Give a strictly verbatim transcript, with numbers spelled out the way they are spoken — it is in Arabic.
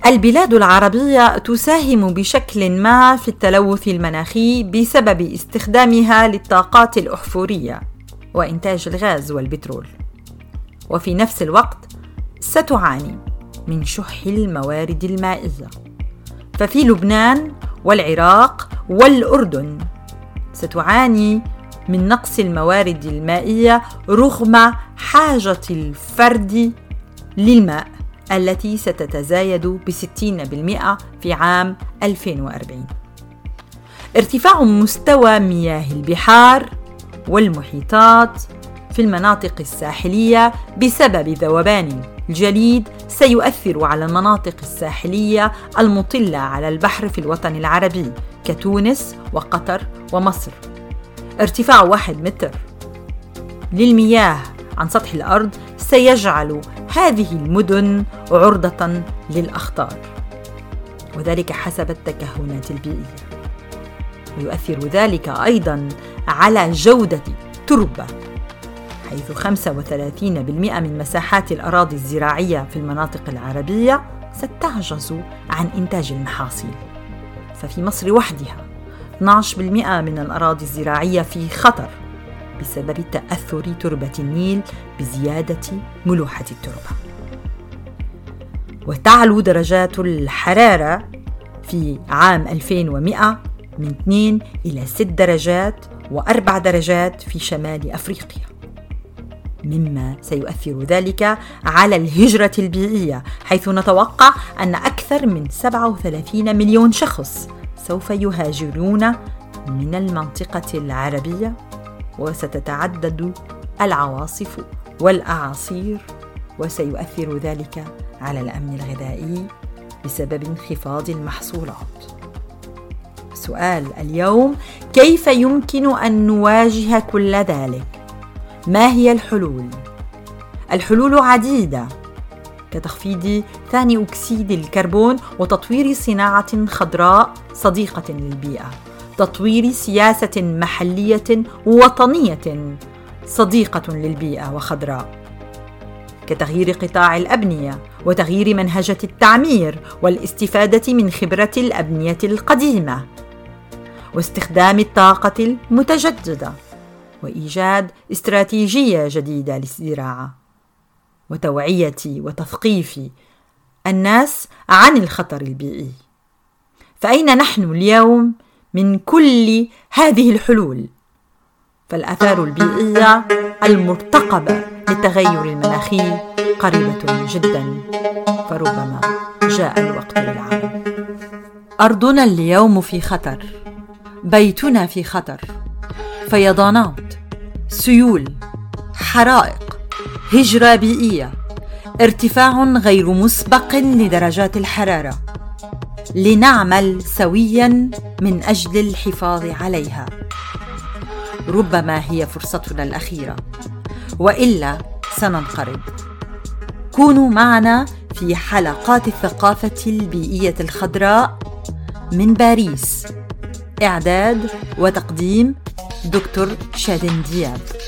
البلاد العربية تساهم بشكل ما في التلوث المناخي بسبب استخدامها للطاقات الأحفورية وإنتاج الغاز والبترول، وفي نفس الوقت ستعاني من شح الموارد المائية. ففي لبنان والعراق والأردن ستعاني من نقص الموارد المائية رغم حاجة الفرد للماء التي ستتزايد بستين بالمئة في عام ألفين وأربعين. ارتفاع مستوى مياه البحار والمحيطات في المناطق الساحلية بسبب ذوبان الجليد سيؤثر على المناطق الساحلية المطلة على البحر في الوطن العربي كتونس وقطر ومصر. ارتفاع واحد متر للمياه عن سطح الأرض سيجعل هذه المدن عرضة للأخطار، وذلك حسب التكهنات البيئية. ويؤثر ذلك أيضاً على جودة التربة، حيث خمسة وثلاثين بالمئة من مساحات الأراضي الزراعية في المناطق العربية ستعجز عن إنتاج المحاصيل. ففي مصر وحدها اثني عشر بالمئة من الأراضي الزراعية في خطر بسبب تأثر تربة النيل بزيادة ملوحة التربة. وتعلو درجات الحرارة في عام ألفين ومئة من اثنين إلى ست درجات وأربع درجات في شمال أفريقيا، مما سيؤثر ذلك على الهجرة البيئية، حيث نتوقع أن أكثر من سبعة وثلاثين مليون شخص سوف يهاجرون من المنطقة العربية، وستتعدد العواصف والأعاصير، وسيؤثر ذلك على الأمن الغذائي بسبب انخفاض المحصولات. سؤال اليوم: كيف يمكن أن نواجه كل ذلك؟ ما هي الحلول؟ الحلول عديدة، كتخفيض ثاني أكسيد الكربون وتطوير صناعة خضراء صديقة للبيئة، تطوير سياسة محلية وطنية صديقة للبيئة وخضراء، كتغيير قطاع الأبنية وتغيير منهجة التعمير والاستفادة من خبرة الأبنية القديمة، واستخدام الطاقة المتجددة، وإيجاد استراتيجية جديدة للزراعة، وتوعية وتثقيف الناس عن الخطر البيئي. فأين نحن اليوم من كل هذه الحلول؟ فالآثار البيئية المرتقبة للتغير المناخي قريبة جدا، فربما جاء الوقت للعمل. أرضنا اليوم في خطر، بيتنا في خطر، فيضانات، سيول، حرائق، هجرة بيئية، ارتفاع غير مسبق لدرجات الحرارة. لنعمل سويا من أجل الحفاظ عليها، ربما هي فرصتنا الأخيرة، وإلا سننقرض. كونوا معنا في حلقات الثقافة البيئية الخضراء من باريس. إعداد وتقديم دكتور شادن دياب.